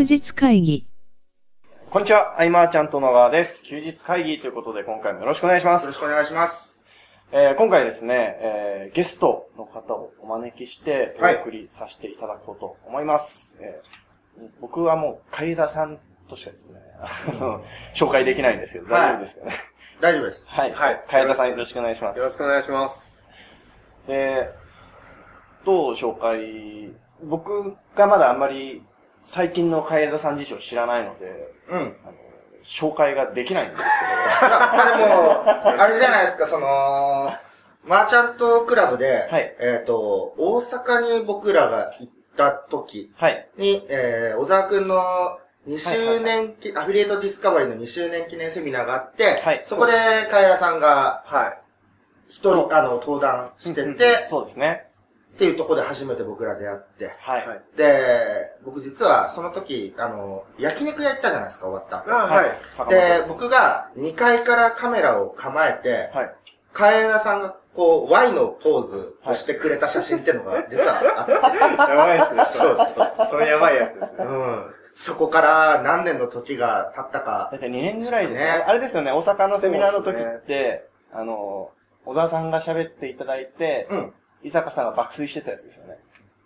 日会議。 こんにちは、アイマーちゃんと野川です。休日会議ということで今回もよろしくお願いします。 よろしくお願いします。 今回ですね、ゲストの方をお招きしてお送りさせていただこうと思います。僕はもう海田さんとしかですね、紹介できないんですけど、大丈夫ですかね。 大丈夫です。 はい。海田さんよろしくお願いします。 よろしくお願いします。 紹介、僕がまだあんまり最近の海田さん事情知らないので、紹介ができないんですけど。 でも、あれじゃないですか、マーチャントクラブで、 はい、 大阪に僕らが行った時に、小沢くんの2周年、アフィリエイトディスカバリーの2周年記念セミナーがあって、そこでカエラさんが、一人、登壇してて、 そうですね。 っていうところで初めて僕ら出会って、で、僕実はその時、焼肉屋行ったじゃないですか、終わった後。で、僕が2階からカメラを構えて、カエラさんがこう、Y のポーズをしてくれた写真っていうのが実はあって。 やばいですね。 そう。 それやばいやつですね。 そこから何年の時が経ったか。 だいたい2年ぐらいですね。あれですよね、大阪のセミナーの時って、小沢さんが喋っていただいて、伊坂さんが爆睡してたやつですよね。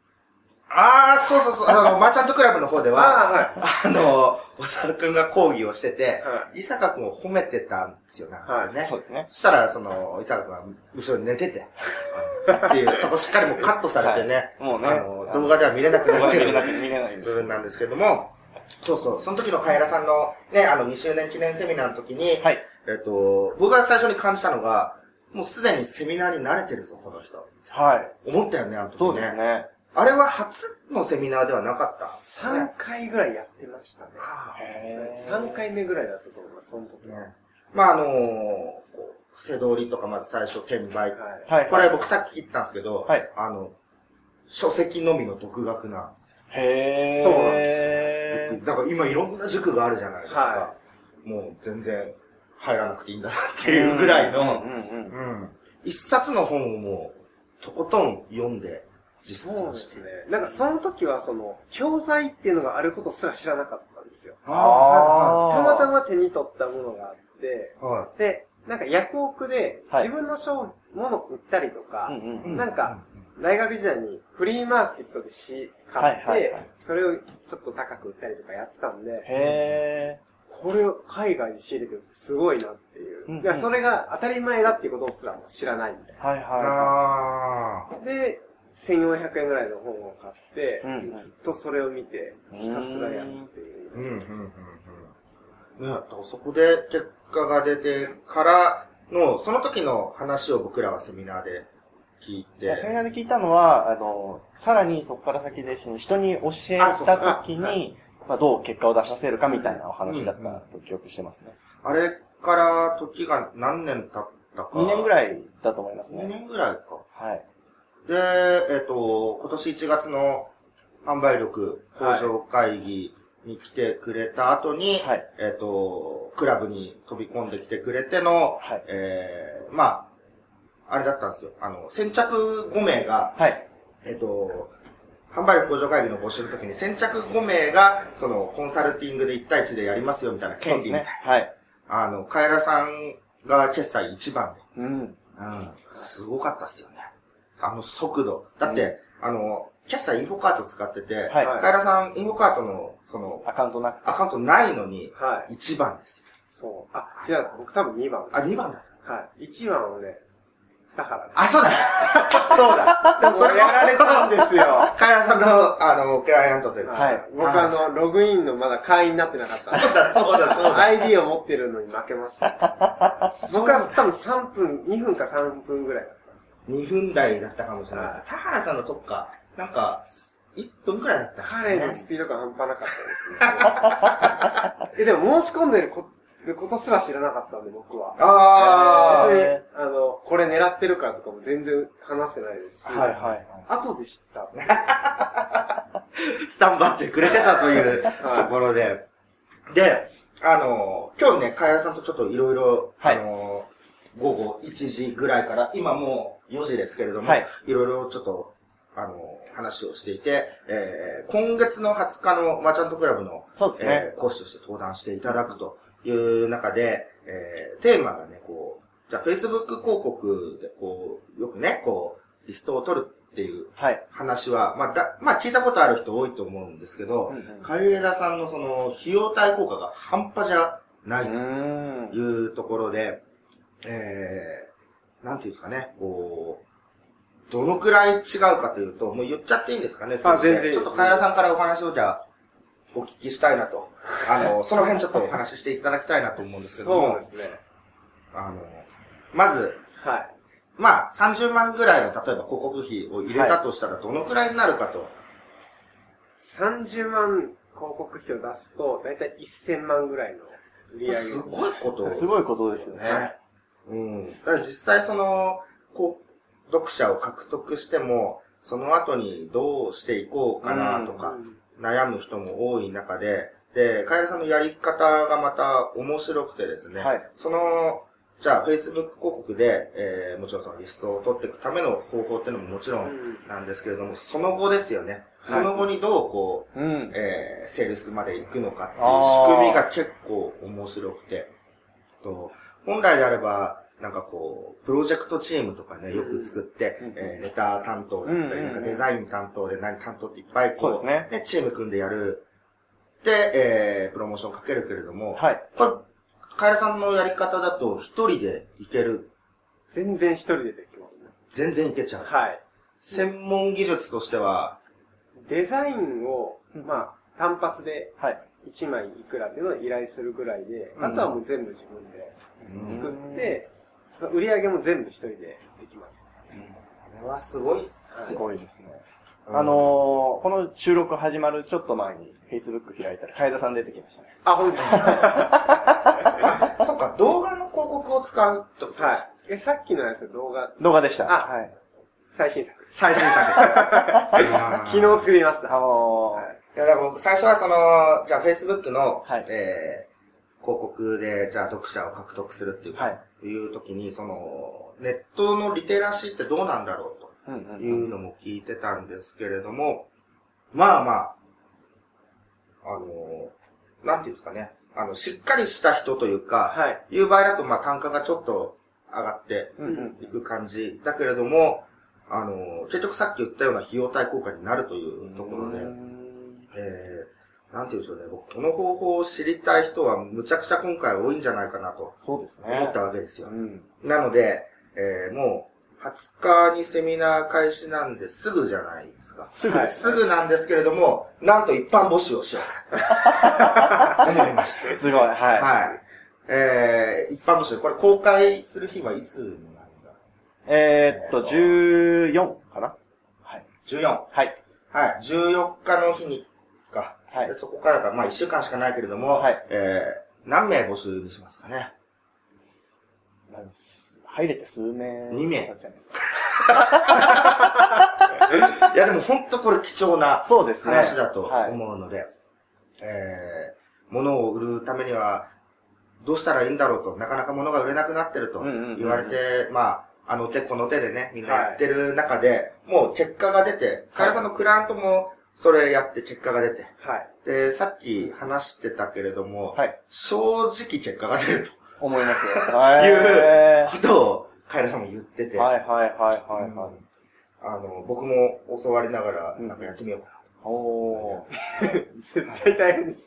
そう。マーチャントクラブの方では、小沢くんが講義をしてて、伊坂くんを褒めてたんですよね。 そうですね。 そしたら、伊坂くんは後ろに寝てて、っていう、そこしっかりもうカットされてね、 もうね、 動画では見れなくなってる見れないんです部分なんですけども、その時のカエラさんのね、2周年記念セミナーの時に、僕が最初に感じたのが、もうすでにセミナーに慣れてるぞ、この人。思ったよね、あの時ね。 そうですね。 あれは初のセミナーではなかった。 3回ぐらいやってましたね。3回目ぐらいだったと思います、その時ね。 背取りとかまず最初転売。 これ僕さっき言ったんですけど、書籍のみの独学なんですよ。 そうなんですよ。 だから今いろんな塾があるじゃないですか。もう全然入らなくていいんだなっていうぐらいの、一冊の本をもうとことん読んで実践して。 そうですね。なんかその時は教材っていうのがあることすら知らなかったんですよ。たまたま手に取ったものがあって、で、なんかヤフオクで自分のもの売ったりとか、なんか大学時代にフリーマーケットで買って、それをちょっと高く売ったりとかやってたんで、これを海外で仕入れてるってすごいなっていう。それが当たり前だっていうことをすらも知らないみたいな。で、1400円ぐらいの本を買って、ずっとそれを見て、ひたすらやるっていう。 そこで結果が出てからの、その時の話を僕らはセミナーで聞いて。 セミナーで聞いたのは、さらにそこから先で人に教えた時に、どう結果を出させるかみたいなお話だったと記憶してますね。 あれから時が何年経ったか。 2年ぐらいだと思いますね。 2年ぐらいか。 で、 今年1月の販売力向上会議に来てくれた後に、クラブに飛び込んできてくれての、あれだったんですよ。先着5名が、販売力向上会議の募集の時に先着5名が、コンサルティングで1対1でやりますよみたいな権利みたいな。カエラさんが決済1番で。すごかったっすよね。速度。だって、決済インフォカート使ってて、カエラさんインフォカートの、 アカウントないのに、1番ですよ。 そう。違う、僕多分2番。 2番だった。 1番をね、だからね。 そうだそうだでもそれやられたんですよ。 カエラさんの、クライアントというか。 僕ログインのまだ会員になってなかった。 そうだ。 ID を持ってるのに負けました。僕は多分2分か3分ぐらいだったんですよ。 2分台だったかもしれないです。田原さんのそっか、なんか、1分くらいだったんですね。 彼のスピード感半端なかったですね。でも申し込んでることすら知らなかったんで、僕は。別に、これ狙ってるからとかも全然話してないですし。後で知った。 スタンバってくれてたというところで。で、今日ね、カエラさんとちょっといろいろ、午後1時ぐらいから、今もう4時ですけれども、いろいろちょっと、 話をしていて、今月の20日のマーチャントクラブの、 そうですね。 講師として登壇していただくという中で、テーマがね、じゃあ Facebook 広告でよくね、リストを取るっていう話は、まあ聞いたことある人多いと思うんですけど、海枝さんのその費用対効果が半端じゃないというところで、なんていうんですかね、どのくらい違うかというと、もう言っちゃっていいんですかね、全然。ちょっと海枝さんからお話をじゃあ、お聞きしたいなと。その辺ちょっとお話ししていただきたいなと思うんですけども。 そうですね。 まず、 はい。 まあ、30万ぐらいの、例えば広告費を入れたとしたら、どのくらいになるかと。 30万広告費を出すと、だいたい1000万ぐらいの売り上げ。 すごいこと。 すごいことですよね。はい。 うん。だから実際読者を獲得しても、その後にどうしていこうかなとか、悩む人も多い中で、で、カエルさんのやり方がまた面白くてですね、はい、じゃあ Facebook 広告で、もちろんそのリストを取っていくための方法っていうのももちろんなんですけれども、その後ですよね。その後にどうセールスまで行くのかっていう仕組みが結構面白くて、本来であれば、なんかプロジェクトチームとかね、よく作って、レター担当だったり、なんかデザイン担当で何担当っていっぱいそうですね。 で、チーム組んでやる。で、プロモーションかけるけれども、 はい。 これ、カエルさんのやり方だと一人でいける。 全然一人でできますね。 全然いけちゃう。 はい。 専門技術としては、 デザインを、単発で、1枚いくらっていうのを依頼するぐらいで、あとはもう全部自分で作って、その売り上げも全部一人でできます。 これはすごいっす。 すごいですね。この収録始まるちょっと前に Facebook 開いたら、海田さん出てきましたね。 あ、ほんとですか。そっか、動画の広告を使うってことはい。さっきのやつ動画でした。 はい。最新作。 最新作。 昨日作りました。 いや、だから僕最初はじゃあ Facebook の、広告で、じゃあ読者を獲得するっていう、いう時に、ネットのリテラシーってどうなんだろうというのも聞いてたんですけれども、まあまあ、なんていうんですかね、しっかりした人というか、いう場合だと、単価がちょっと上がっていく感じだけれども、結局さっき言ったような費用対効果になるというところで、なんて言うんでしょうね。僕、この方法を知りたい人はむちゃくちゃ今回多いんじゃないかなと。 そうですね。 思ったわけですよ。なので、もう、20日にセミナー開始なんですぐじゃないですか。 すぐです、 ね。すぐなんですけれども、なんと一般募集をしようと思いました。 すごい、はい。 はい。一般募集、これ公開する日はいつになるんだ 14かなはい。 14。 はい。 はい。14日の日にか。はい。そこからか、1週間しかないけれども、はい。何名募集にしますかね。 入れて数名。 2名。いやでも本当これ貴重な話だと思うので、物を売るためにはどうしたらいいんだろうと、なかなか物が売れなくなってると言われて、あの手この手でね、みんなやってる中で、もう結果が出て、カエルさんのクライアントもそれやって結果が出て、で、さっき話してたけれども、正直結果が出ると。 思いますよ。 いうことをカエルさんも言ってて、僕も教わりながら、なんかやってみようかなと。 おー。絶対大変です。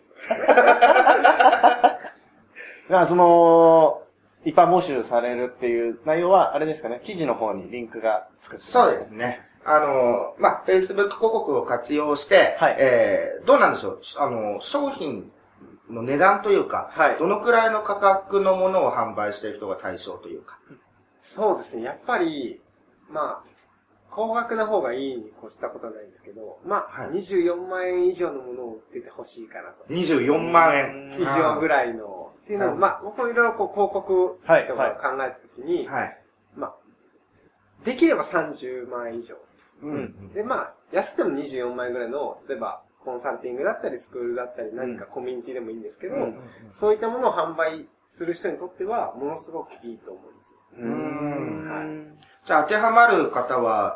一般募集されるっていう内容は、あれですかね、記事の方にリンクが作ってそうですね。Facebook 広告を活用して、どうなんでしょう、商品の値段というか、どのくらいの価格のものを販売している人が対象というか。 そうですね。やっぱり、高額な方がいいに越したことはないんですけど、24万円以上のものを売っててほしいかなと。 24万円以上ぐらいの、っていうのを、僕もいろいろ広告とかを考えたときに、できれば30万円以上。で、安くても24万円ぐらいの、例えば、コンサルティングだったり、スクールだったり、何かコミュニティでもいいんですけど、そういったものを販売する人にとっては、ものすごくいいと思うんです。 じゃあ、当てはまる方は、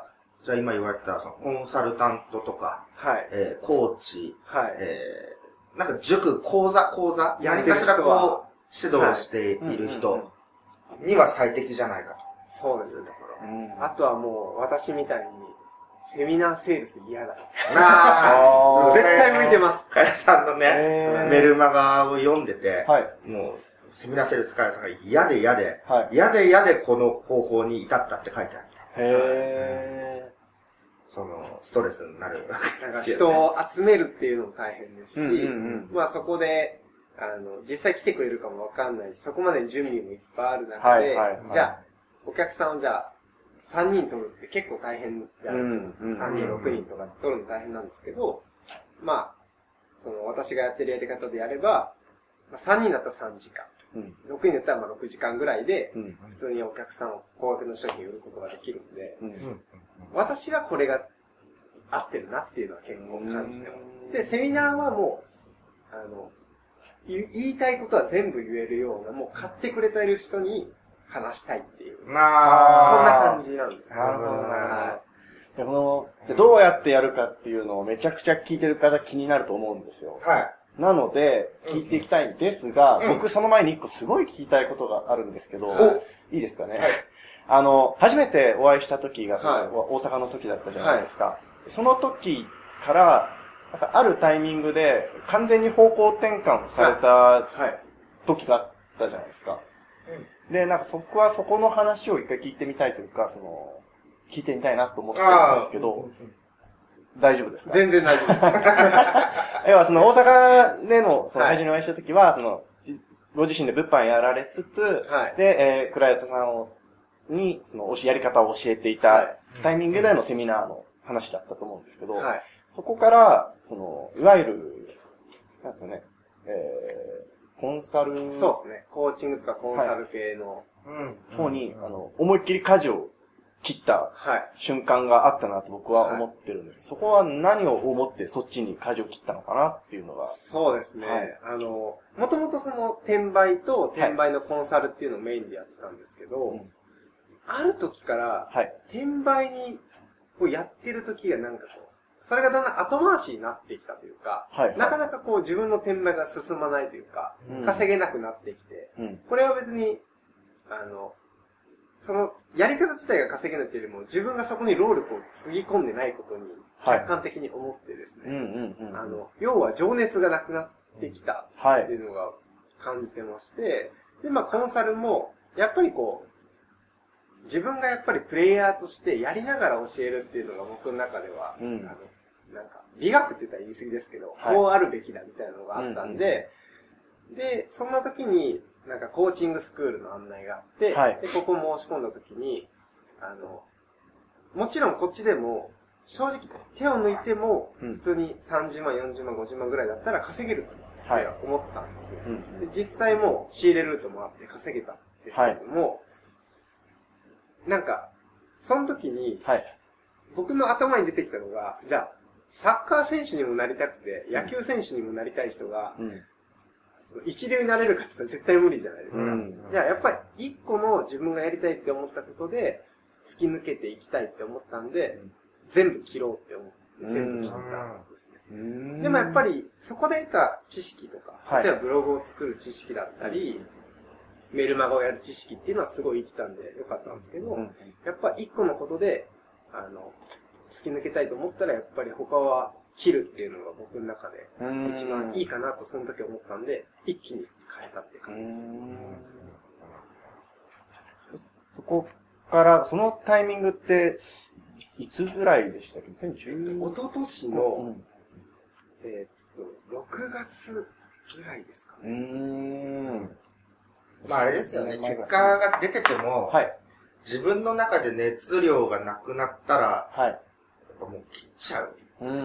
じゃあ今言われた、そのコンサルタントとか、 はい。 コーチ、 はい。 なんか塾、講座、何かしらこう、指導している人には最適じゃないかと。 そうですね。あとはもう、私みたいに、セミナーセールス嫌だ。絶対向いてます。 かやさんのね、メルマガを読んでて、もう、セミナーセールスかやさんが嫌で、この方法に至ったって書いてあるみたいな。その、ストレスになるわけですよね。 人を集めるっていうのも大変ですし、まあそこで、実際来てくれるかもわかんないし、そこまでに準備もいっぱいある中で、じゃあ、お客さんをじゃあ、3人取るって結構大変である。3人、6人とか取るの大変なんですけど、まあ、その私がやってるやり方でやれば、3人だったら3時間。6人だったらまあ6時間ぐらいで、普通にお客さんを高額の商品を売ることができるんで、私はこれが合ってるなっていうのは結構感じてます。で、セミナーはもう、言いたいことは全部言えるような、もう買ってくれている人に話したいっていう。そんな感じなんです。 なるほどな。でどうやってやるかっていうのをめちゃくちゃ聞いてる方気になると思うんですよ。なので、聞いていきたいんですが、僕その前に一個すごい聞きたいことがあるんですけど、いいですかね。初めてお会いした時が、大阪の時だったじゃないですか。その時から、あるタイミングで完全に方向転換された時があったじゃないですか。で、なんかそこの話を一回聞いてみたいというか、聞いてみたいなと思ってるんですけど、大丈夫ですか？ 全然大丈夫です。 要は大阪での、最初にお会いした時は、ご自身で物販やられつつ、で、クライアントさんに、やり方を教えていたタイミングでのセミナーの話だったと思うんですけど、そこから、いわゆる、なんですよね、コンサル。 そうですね。コーチングとかコンサル系の方に、思いっきり舵を切った瞬間があったなと僕は思ってるんです。そこは何を思ってそっちに舵を切ったのかなっていうのが。 そうですね。もともと転売と転売のコンサルっていうのをメインでやってたんですけど、ある時から、転売にやってる時がなんかそれがだんだん後回しになってきたというか、なかなか自分の転売が進まないというか、稼げなくなってきて、これは別に、そのやり方自体が稼げないというよりも、自分がそこに労力をつぎ込んでないことに、客観的に思ってですね、要は情熱がなくなってきたっていうのが感じてまして、で、まあコンサルも、やっぱり自分がやっぱりプレイヤーとしてやりながら教えるっていうのが僕の中では、なんか、美学って言ったら言い過ぎですけど、こうあるべきだみたいなのがあったんで、で、そんな時に、なんかコーチングスクールの案内があって、で、ここ申し込んだ時に、もちろんこっちでも、正直手を抜いても、普通に30万、40万、50万ぐらいだったら稼げると思ったんですね。で、実際も仕入れルートもあって稼げたんですけども、なんか、その時に、僕の頭に出てきたのが、じゃあ、サッカー選手にもなりたくて、野球選手にもなりたい人が、一流になれるかって言ったら絶対無理じゃないですか。じゃあ、やっぱり一個の自分がやりたいって思ったことで、突き抜けていきたいって思ったんで、全部切ろうって思って全部切ったんですね。でもやっぱり、そこで得た知識とか、例えばブログを作る知識だったり、メルマガをやる知識っていうのはすごい生きたんでよかったんですけど、やっぱ一個のことで、突き抜けたいと思ったらやっぱり他は切るっていうのが僕の中で一番いいかなとその時思ったんで、一気に変えたって感じです。 そこから、そのタイミングって、いつぐらいでしたっけ？ 2010 一昨年の、6月ぐらいですかね。 まああれですよね、結果が出てても、自分の中で熱量がなくなったら、やっぱもう切っちゃう。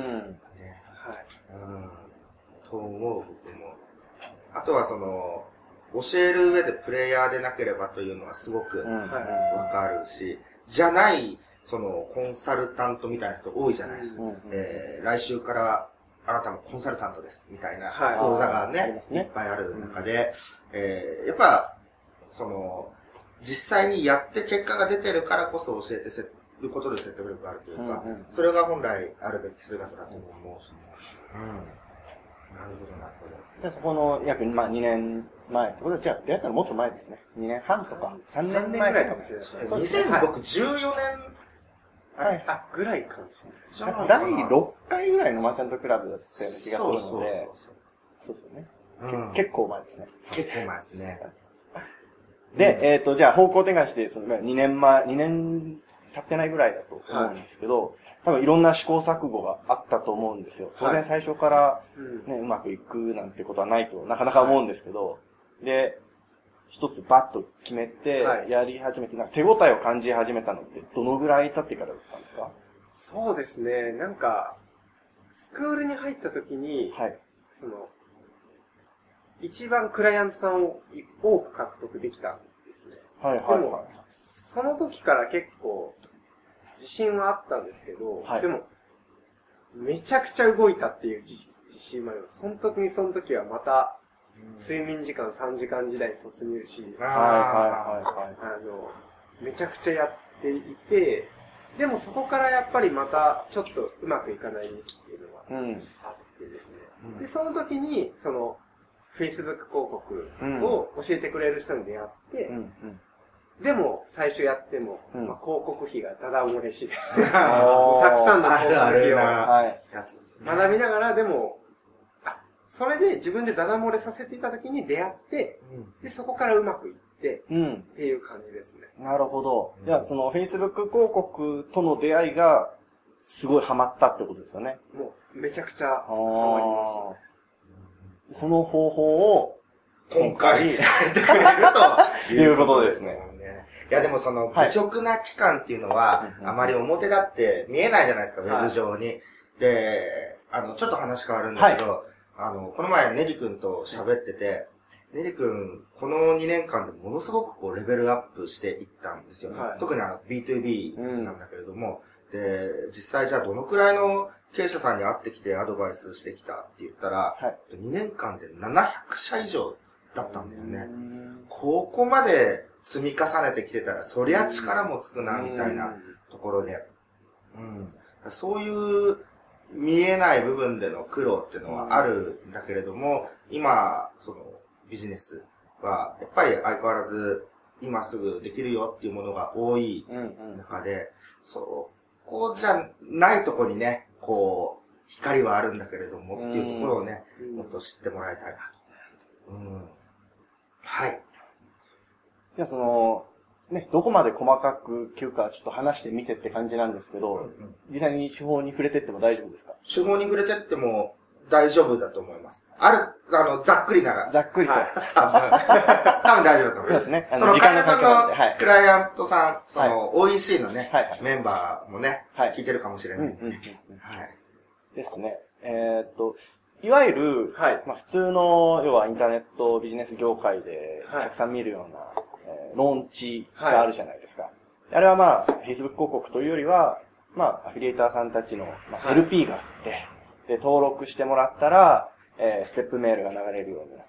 と思う、僕も。あとは教える上でプレイヤーでなければというのはすごくわかるし、じゃない、コンサルタントみたいな人多いじゃないですか。来週からあなたもコンサルタントです、みたいな講座がね、いっぱいある中で、やっぱ、実際にやって結果が出てるからこそ教えてることで説得力があるというか、それが本来あるべき姿だと思うしね。なるほど、なるほど。 じゃあそこの約、2年前ってことで、じゃあ出会ったのもっと前ですね。2年半とか、3年前ぐらいかもしれないですね。 僕14年、 ぐらいかもしれないです。 第6回ぐらいのマーチャントクラブだったような気がするので、そうですよね。結構前ですね。 結構前ですね。 で、じゃあ方向転換して、その2年経ってないぐらいだと思うんですけど、多分いろんな試行錯誤があったと思うんですよ。当然最初からね、うまくいくなんてことはないとなかなか思うんですけど、で、一つバッと決めて、やり始めて、なんか手応えを感じ始めたのって、どのぐらい経ってからだったんですか？ そうですね、なんか、スクールに入った時に、その、一番クライアントさんを多く獲得できたんですね。でも、その時から結構、自信はあったんですけど、でも、めちゃくちゃ動いたっていう自信もあります。その時はまた、睡眠時間3時間時代に突入し、めちゃくちゃやっていて、でもそこからやっぱりまたちょっとうまくいかない時期っていうのがあってですね。で、その時に、その、Facebook 広告を教えてくれる人に出会って、でも最初やっても、広告費がダダ漏れしですね。たくさんの広告費を学びながら、でも、それで自分でダダ漏れさせていた時に出会って、で、そこからうまくいって、っていう感じですね。 なるほど。じゃあ、その Facebook 広告との出会いが、すごいハマったってことですよね。 もう、めちゃくちゃハマりましたね。 その方法を、 今回伝えてくれるということですね。 いやでもその、愚直な期間っていうのは、あまり表立って見えないじゃないですか、ウェブ上に。で、ちょっと話変わるんだけど、この前ネリ君と喋ってて、ネリ君、この2年間でものすごくこうレベルアップしていったんですよね。特にB2B なんだけれども、で、実際じゃあどのくらいの経営者さんに会ってきてアドバイスしてきたって言ったら、2年間で700社以上だったんだよね。ここまで積み重ねてきてたら、そりゃ力もつくな、みたいなところで。そういう見えない部分での苦労っていうのはあるんだけれども、今、そのビジネスは、やっぱり相変わらず、今すぐできるよっていうものが多い中で、そこじゃないとこにね、こう、光はあるんだけれどもっていうところをね、もっと知ってもらいたいなと。はい。 じゃあその、ね、どこまで細かく聞くかちょっと話してみてって感じなんですけど、実際に手法に触れてっても大丈夫ですか？ 手法に触れてっても大丈夫だと思います。ざっくりなら。 ざっくりと。 多分大丈夫だと思います。そうですね。その、カエルさんのクライアントさん、その、OEC のね、メンバーもね、聞いてるかもしれない。 ですね。いわゆる、まあ普通の、要はインターネットビジネス業界でたくさん見るような、ローンチがあるじゃないですか。あれはまあ、Facebook 広告というよりは、まあ、アフィリエイターさんたちの、LP があって、で、登録してもらったら、ステップメールが流れるようになって、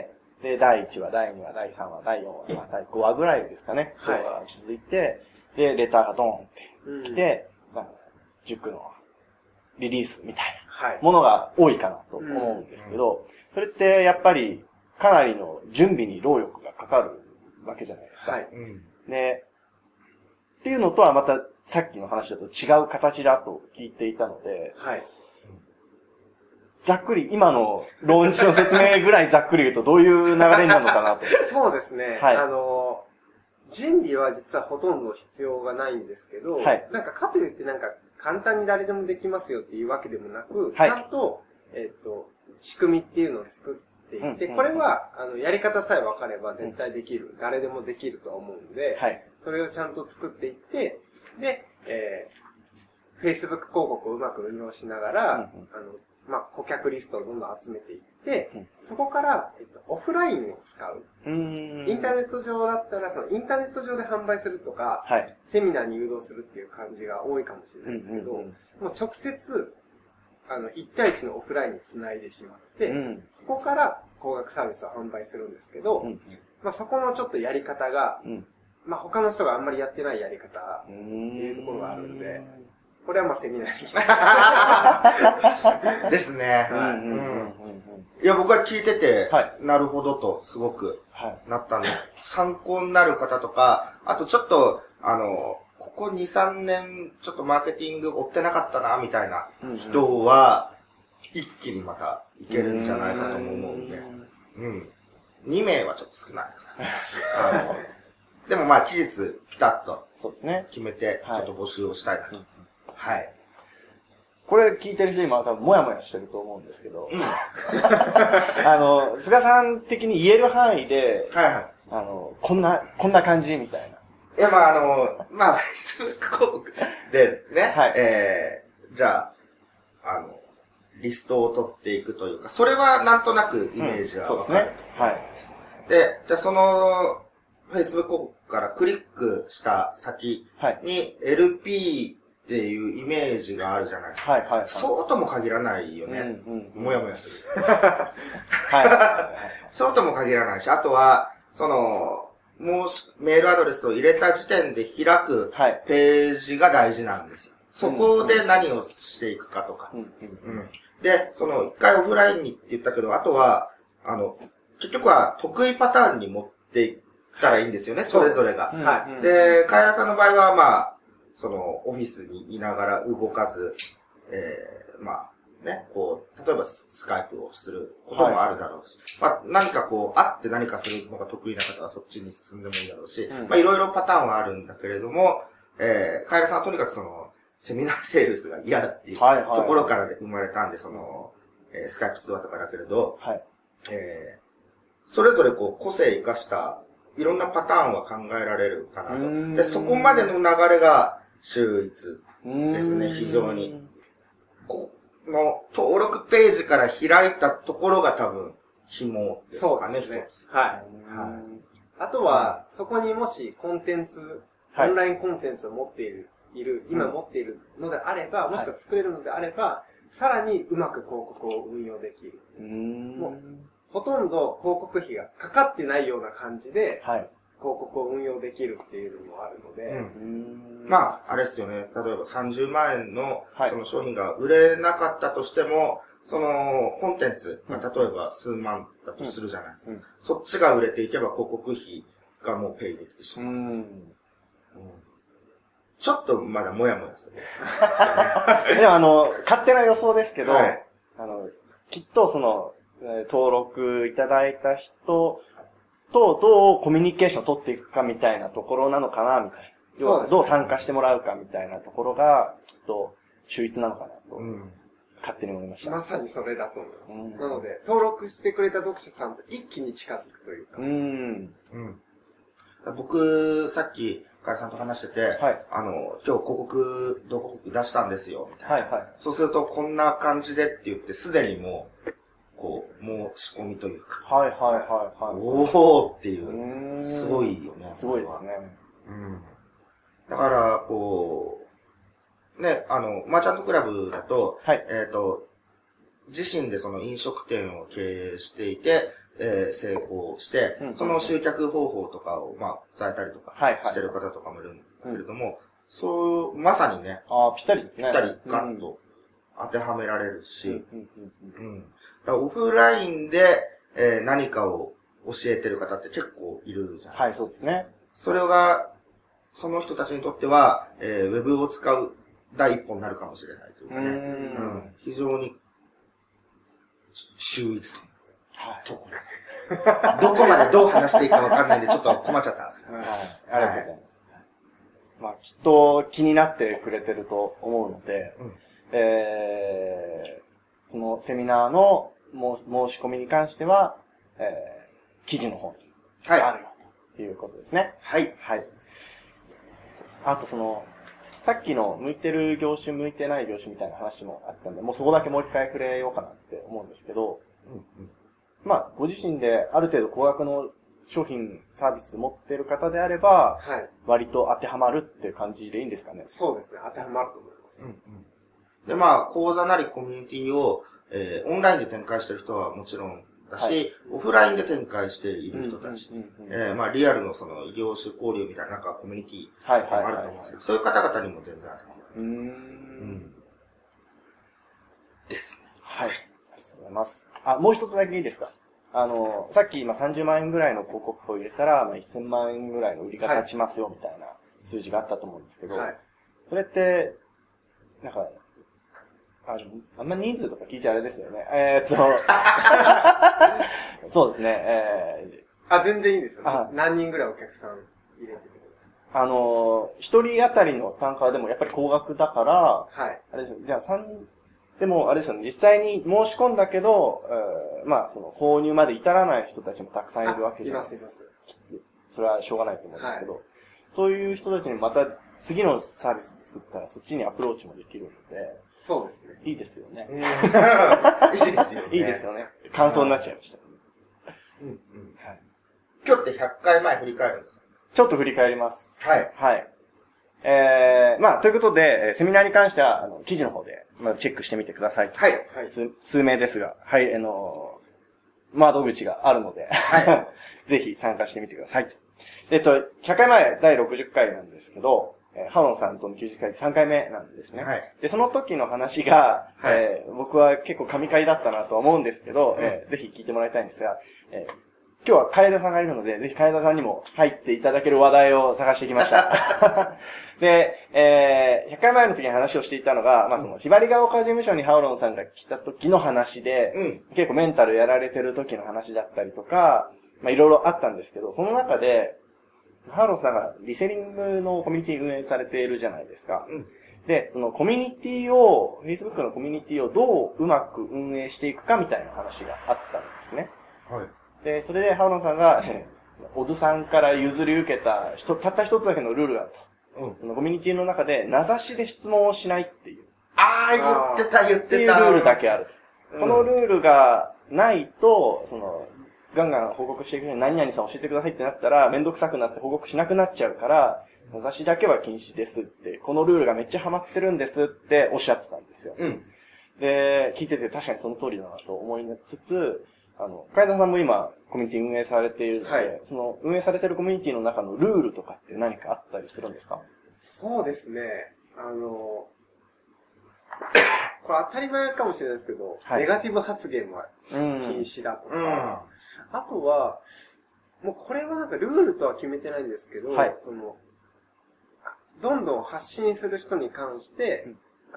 で、第1話、第2話、第3話、第4話、第5話ぐらいですかね。動画が続いて、で、レターがドーンって来て、塾のリリースみたいなものが多いかなと思うんですけど、それってやっぱりかなりの準備に労力がかかるわけじゃないですか。で、っていうのとはまたさっきの話だと違う形だと聞いていたので、ざっくり、今のローンチの説明ぐらいざっくり言うとどういう流れになるのかなと。 そうですね。準備は実はほとんど必要がないんですけど、なんかかといってなんか簡単に誰でもできますよっていうわけでもなく、ちゃんと、仕組みっていうのを作っていって、これは、やり方さえ分かれば絶対できる。誰でもできるとは思うんで、それをちゃんと作っていって、で、Facebook 広告をうまく運用しながら、顧客リストをどんどん集めていって、そこから、オフラインを使う。インターネット上だったら、そのインターネット上で販売するとか、セミナーに誘導するっていう感じが多いかもしれないですけど、もう直接、1対1のオフラインにつないでしまって、そこから高額サービスを販売するんですけど、そこのちょっとやり方が、 まあ他の人があんまりやってないやり方っていうところがあるんで、これはまあセミナーに。ですね。いや、僕は聞いてて、なるほどと、すごく、なったんで、参考になる方とか、あとちょっと、ここ2、3年、ちょっとマーケティング追ってなかったな、みたいな人は、一気にまたいけるんじゃないかと思うんで、2名はちょっと少ないから。でもまあ、期日、ピタッと、決めて、ちょっと募集をしたいなと。はい。 これ聞いてる人今多分もやもやしてると思うんですけど、菅さん的に言える範囲で、こんな感じみたいな。 いや、まあFacebook 広告でね、じゃあ、リストを取っていくというか、それはなんとなくイメージはわかる。で、じゃあその、Facebook 広告からクリックした先に LP っていうイメージがあるじゃないですか。そうとも限らないよね。もやもやする。そうとも限らないし、あとは、もうメールアドレスを入れた時点で開くページが大事なんですよ。そこで何をしていくかとか。で、一回オフラインにって言ったけど、あとは、結局は得意パターンに持っていったらいいんですよね、それぞれが。で、カエラさんの場合は、まあ、オフィスにいながら動かず、まあ、ね、例えばスカイプをすることもあるだろうし、まあ、何か会って何かするのが得意な方はそっちに進んでもいいだろうし、まあ、いろいろパターンはあるんだけれども、カエラさんはとにかくセミナーセールスが嫌だっていうところからで生まれたんで、スカイプ通話とかだけれど、それぞれ個性生かしたいろんなパターンは考えられるかなと。で、そこまでの流れが秀逸ですね、非常に。この登録ページから開いたところが多分紐ですかね、一つ。 あとは、そこにもしコンテンツ、オンラインコンテンツを持っている、今持っているのであれば、もしくは作れるのであれば、さらにうまく広告を運用できる。もうほとんど広告費がかかってないような感じで、広告を運用できるっていうのもあるので、 まあ、あれですよね。例えば30万円のその商品が売れなかったとしても、そのコンテンツが例えば数万だとするじゃないですか。そっちが売れていけば広告費がもうペイできてしまう。ちょっとまだもやもやする。 でも勝手な予想ですけど、きっと登録いただいた人とどうコミュニケーションを取っていくかみたいなところなのかな、みたいな。要はどう参加してもらうかみたいなところが、きっと秀逸なのかなと、勝手に思いました。 まさにそれだと思います。なので、登録してくれた読者さんと一気に近づくというか。 僕、さっき、カエラさんと話してて、今日広告出したんですよ、みたいな。そうすると、こんな感じでって言って、すでにもう、申し込みというか。おーっていう。すごいよね。 すごいですね。 だから、ね、マーチャントクラブだと、自身でその飲食店を経営していて、成功して、その集客方法とかを、まあ、伝えたりとかしてる方とかもいるんだけれども、まさにね、 ぴったりですね。 ぴったりガッと当てはめられるし、だからオフラインで、何かを教えてる方って結構いるじゃないですか。 そうですね。 それが、その人たちにとっては、ウェブを使う第一歩になるかもしれないというかね。非常に、秀逸と。どこまでどう話していいかわかんないんで、ちょっと困っちゃったんですけど。 ありがとうございます。まあ、きっと気になってくれてると思うので、そのセミナーの申し込みに関しては、記事の方にあるよということですね。 はい。 あとさっきの向いてる業種、向いてない業種みたいな話もあったんで、もうそこだけもう一回触れようかなって思うんですけど、まあ、ご自身である程度高額の商品、サービス持ってる方であれば、割と当てはまるっていう感じでいいんですかね。 そうですね、当てはまると思います。 で、まあ、講座なりコミュニティを、オンラインで展開してる人はもちろんだし、オフラインで展開している人たち、まあリアルのその異業種交流みたいななんかコミュニティとかもあると思うんですけど、そういう方々にも全然ある。ですね。 はい。ありがとうございます。もう一つだけいいですか？さっき今30万円ぐらいの広告費を入れたら、まあ、1000万円ぐらいの売りが立ちますよみたいな数字があったと思うんですけど、それって、なんか、あんま人数とか聞いちゃあれですよね。そうですね。 全然いいんですよ、ね。何人ぐらいお客さん入れてて一人当たりの単価はでもやっぱり高額だから、あれですよ。じゃあでもあれですよね。実際に申し込んだけど、まあその購入まで至らない人たちもたくさんいるわけじゃないですか。います。それはしょうがないと思うんですけど、そういう人たちにまた次のサービス作ったらそっちにアプローチもできるので、 そうですね。 いいですよね。 いいですよね。 いいですよね。感想になっちゃいました。 今日って100回前振り返るんですか？ ちょっと振り返ります。 はい。 まあ、ということで、セミナーに関しては、記事の方で、まずチェックしてみてください。 はい。 数名ですが、はい、窓口があるので、はい。ぜひ参加してみてください。100回前、第60回なんですけど、ハオロンさんとの90回で3回目なんですね。はい。で、その時の話が、僕は結構神回だったなとは思うんですけど、ぜひ聞いてもらいたいんですが、今日は楓さんがいるので、ぜひ楓さんにも入っていただける話題を探してきました。で、100回前の時に話をしていたのが、まあその、ひばりが丘事務所にハオロンさんが来た時の話で、結構メンタルやられてる時の話だったりとか、まあいろいろあったんですけど、その中で、ハオロンさんがリセリングのコミュニティ運営されているじゃないですか。で、そのコミュニティを、Facebook のコミュニティをどううまく運営していくかみたいな話があったんですね。はい。で、それで、ハオロンさんが、小津さんから譲り受けた、たった一つだけのルールがあると。そのコミュニティの中で、名指しで質問をしないっていう。 言ってた。 っていうルールだけある。このルールがないと、ガンガン報告していくのに何々さん教えてくださいってなったら、めんどくさくなって報告しなくなっちゃうから、名指しだけは禁止ですって、このルールがめっちゃハマってるんですっておっしゃってたんですよ。で、聞いてて確かにその通りだなと思いつつ、楓田さんも今、コミュニティ運営されているので、その、運営されているコミュニティの中のルールとかって何かあったりするんですか？ そうですね。これ当たり前かもしれないですけど、ネガティブ発言は禁止だとか、あとは、もうこれはなんかルールとは決めてないんですけど、どんどん発信する人に関して、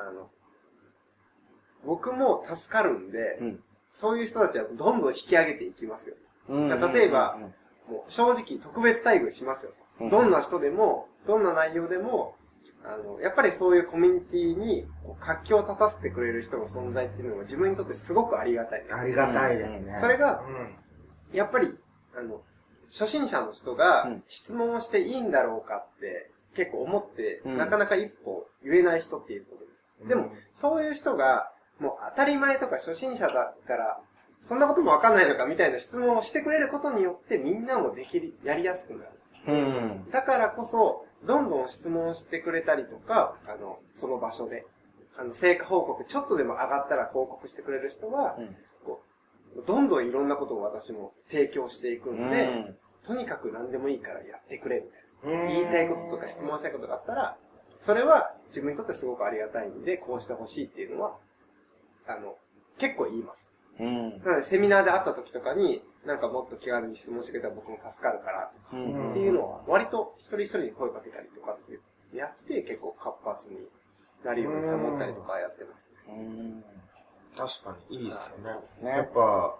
僕も助かるんで、そういう人たちはどんどん引き上げていきますよ。例えば、もう正直特別待遇しますよ。どんな人でも、どんな内容でも、やっぱりそういうコミュニティに活気を立たせてくれる人の存在っていうのは自分にとってすごくありがたいです。 ありがたいですね。 それが、やっぱり、初心者の人が質問をしていいんだろうかって結構思って、なかなか一歩言えない人っていうことです。でも、そういう人が、もう当たり前とか初心者だから、そんなこともわかんないのかみたいな質問をしてくれることによってみんなもやりやすくなる。だからこそ、どんどん質問してくれたりとか、その場所で、成果報告ちょっとでも上がったら報告してくれる人は、どんどんいろんなことを私も提供していくので、とにかく何でもいいからやってくれみたいな。言いたいこととか質問したいことがあったら、それは自分にとってすごくありがたいんで、こうしてほしいっていうのは、結構言います。なので、セミナーで会った時とかに、なんかもっと気軽に質問してくれたら僕も助かるからとか、っていうのは、割と一人一人に声かけたりとかっていうやって結構活発になるように思ったりとかやってますね。 確かにいいですよね。やっぱ、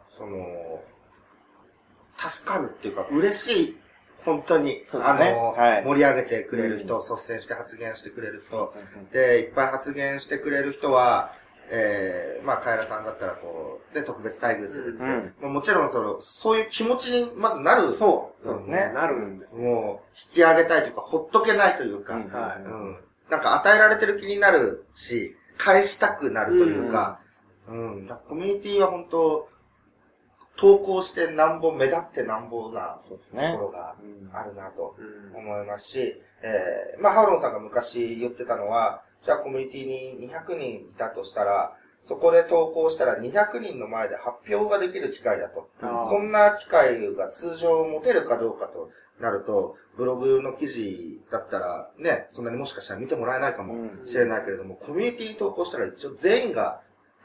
助かるっていうか、嬉しい。本当に、盛り上げてくれる人、率先して発言してくれる人、で、いっぱい発言してくれる人は、まあ、カエラさんだったらで、特別待遇するって。もちろんそういう気持ちにまずなる。 そうですね。なるんです。 もう、引き上げたいというか、ほっとけないというか、なんか与えられてる気になるし、返したくなるというか、コミュニティは本当、投稿してなんぼ、目立ってなんぼなところがあるなと思いますし、まあ、ハオロンさんが昔言ってたのは、じゃあコミュニティに200人いたとしたら、 そこで投稿したら200人の前で発表ができる機会だと。そんな機会が通常持てるかどうかとなると、ブログの記事だったらね、そんなにもしかしたら見てもらえないかもしれないけれども、コミュニティに投稿したら一応全員が、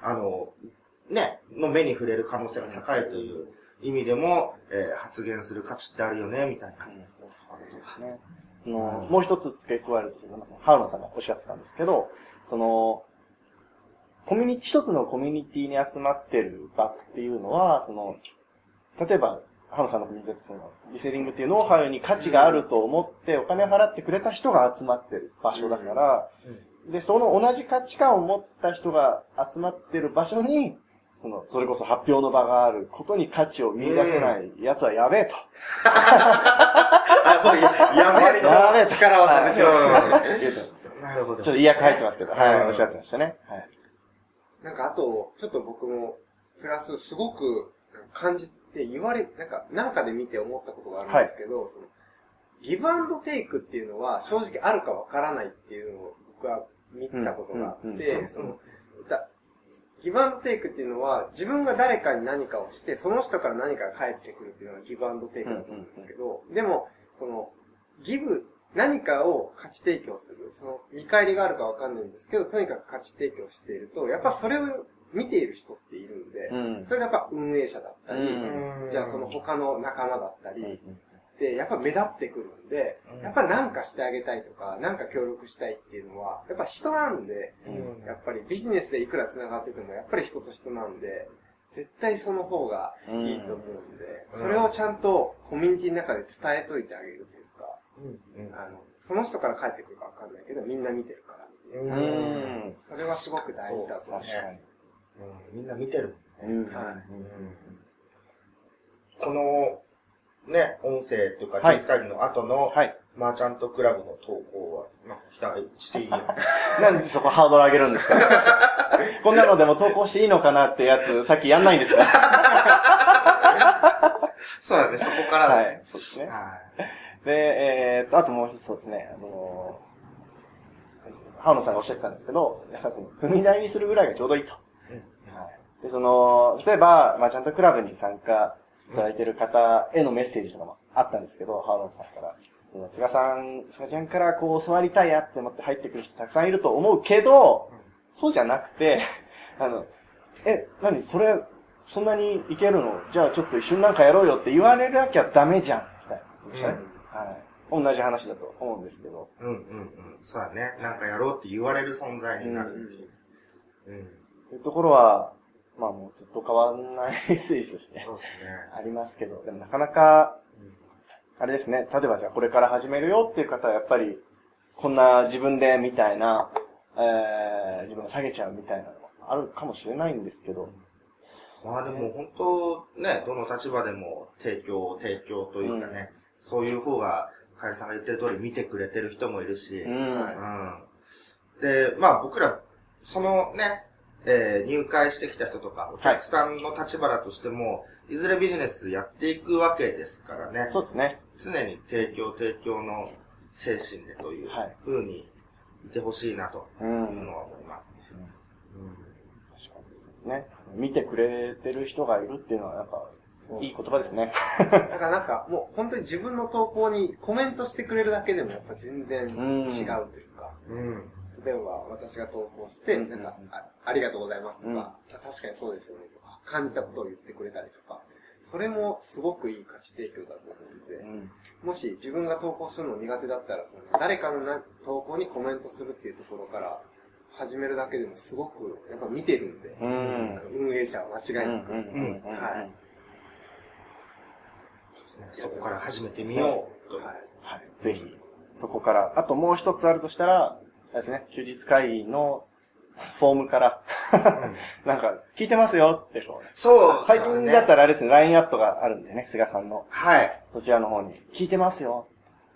の目に触れる可能性が高いという意味でも、発言する価値ってあるよね、みたいな。そうですね。 もう一つ付け加えると、ハウナさんがおっしゃってたんですけど、一つのコミュニティに集まってる場っていうのは、例えば、ハウナさんのコミュニティでリセリングっていうノウハウに価値があると思ってお金を払ってくれた人が集まってる場所だから、で、その同じ価値観を持った人が集まってる場所に、それこそ発表の場があることに価値を見出せない奴はやべえと。 やべえと。力を貯めてます。 なるほど。 ちょっと意訳入ってますけど、はい、おっしゃってましたね。はい。 なんかあと、ちょっと僕も、プラスすごく感じてなんかで見て思ったことがあるんですけど、ギブアンドテイクっていうのは正直あるかわからないっていうのを僕は見たことがあって、ギブアンドテイクっていうのは自分が誰かに何かをして、その人から何かが返ってくるっていうのがギブアンドテイクだと思うんですけど、でも、何かを価値提供する。見返りがあるかわかんないんですけど、とにかく価値提供していると、やっぱそれを見ている人っているんで、それがやっぱ運営者だったり、じゃあその他の仲間だったり、で、やっぱ目立ってくるんで、やっぱなんかしてあげたいとか、なんか協力したいっていうのは、やっぱ人なんで、やっぱりビジネスでいくら繋がってても、やっぱり人と人なんで、絶対その方がいいと思うんで、それをちゃんとコミュニティの中で伝えといてあげるというか、その人から帰ってくるかわかんないけど、みんな見てるからっていう。それはすごく大事だと思います。 みんな見てるもんね。この、ね、音声というか、テニス会議の後の、マーチャントクラブの投稿は、期待していいのなんでそこハードル上げるんですかこんなのでも投稿していいのかなってやつ、さっきやんないんですかそうだね、そこからだね。 はい、そうですね。で、あともう一つそうですね、ハウノさんがおっしゃってたんですけど、やっぱり踏み台にするぐらいがちょうどいいと。で、例えば、マーチャントクラブに参加いただいている方へのメッセージとかもあったんですけど、ハウノさんから。菅ちゃんからこう教わりたいやって思って入ってくる人たくさんいると思うけど、そうじゃなくて、そんなにいけるの？じゃあちょっと一緒になんかやろうよって言われなきゃダメじゃん、みたいなことでしたね。同じ話だと思うんですけど。 そうだね。なんかやろうって言われる存在になる。 というところは、まあもうずっと変わらないメッセージとして、ありますけど、でもなかなか、あれですね、例えばじゃあこれから始めるよっていう方はやっぱり、こんな自分でみたいな、自分を下げちゃうみたいなのがあるかもしれないんですけど。 まあでも本当ね、どの立場でも提供というかね、そういう方が、カエルさんが言ってる通り見てくれてる人もいるし、で、まあ僕ら、そのね、入会してきた人とか、お客さんの立場だとしても、いずれビジネスやっていくわけですからね。 そうですね。 常に提供の精神でという風にいてほしいなというのは思いますね。 確かにそうですね。見てくれてる人がいるっていうのはなんか、いい言葉ですね。 だからなんかもう本当に自分の投稿にコメントしてくれるだけでもやっぱ全然違うというか。例えば私が投稿して、なんか、ありがとうございますとか、確かにそうですよねとか、感じたことを言ってくれたりとか、それもすごくいい価値提供だと思うので、もし自分が投稿するの苦手だったら、誰かの投稿にコメントするっていうところから始めるだけでもすごくやっぱ見てるんで、運営者は間違いなく。 そこから始めてみようと。 ぜひ、そこから。あともう一つあるとしたら、ですね、休日会議のフォームから、なんか、聞いてますよってこう。 そう。 最近だったらあれですね、LINE アットがあるんでね、菅さんの。そちらの方に、聞いてますよ。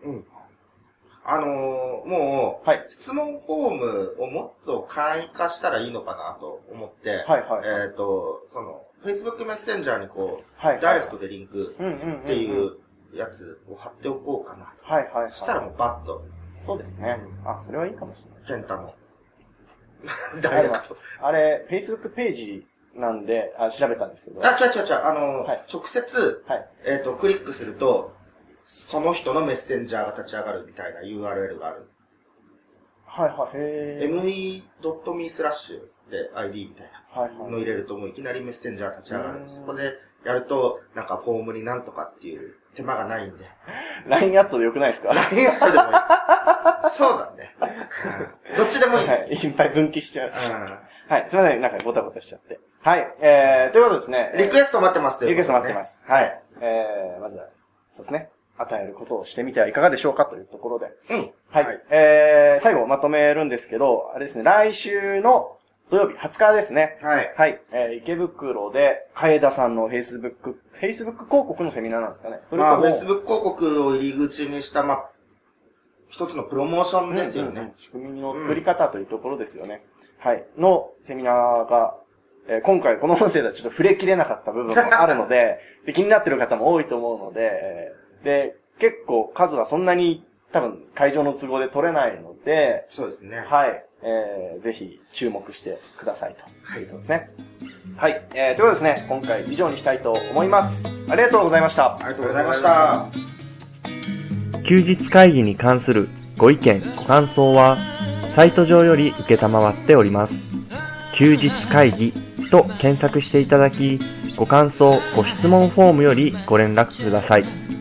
もう、質問フォームをもっと簡易化したらいいのかなと思って、Facebook メッセンジャーにこう、ダイレクトでリンクっていうやつを貼っておこうかなと。そしたらもうバッと。 そうですね。それはいいかもしれない。 ケンタのダイレクト。 あれ、Facebook ページなんで、調べたんですけど。 違う、直接、クリックすると、その人のメッセンジャーが立ち上がるみたいな URL がある。 はいはい、へー。 me.me/ で ID みたいなの入れるともういきなりメッセンジャー立ち上がるんです。そこでやると、なんかフォームになんとかっていう手間がないんで。 LINE アットでよくないですか？ LINE アットでもいい。そうだね。どっちでもいい。 はい、いっぱい分岐しちゃう。はい、すいません、なんかごたごたしちゃって。はい、ということですね。 リクエスト待ってますということで、 リクエスト待ってます。はい。まずは、そうですね。与えることをしてみてはいかがでしょうかというところで。 うん。 はい。最後まとめるんですけど、あれですね、来週の土曜日20日ですね。 はい。 はい。池袋で、海田さんのFacebook 広告のセミナーなんですかね。 それともFacebook 広告を入り口にした、一つのプロモーションですよね。 仕組みの作り方というところですよね。はい。のセミナーが、今回この音声ではちょっと触れきれなかった部分もあるので、で気になっている方も多いと思うので、結構数はそんなに多分会場の都合で取れないので、 そうですね。 はい。ぜひ注目してくださいと。はい。ということですね。はい。ということですね。今回以上にしたいと思います。ありがとうございました。 ありがとうございました。 休日会議に関するご意見、ご感想は、サイト上より受けたまわっております。休日会議と検索していただき、ご感想、ご質問フォームよりご連絡ください。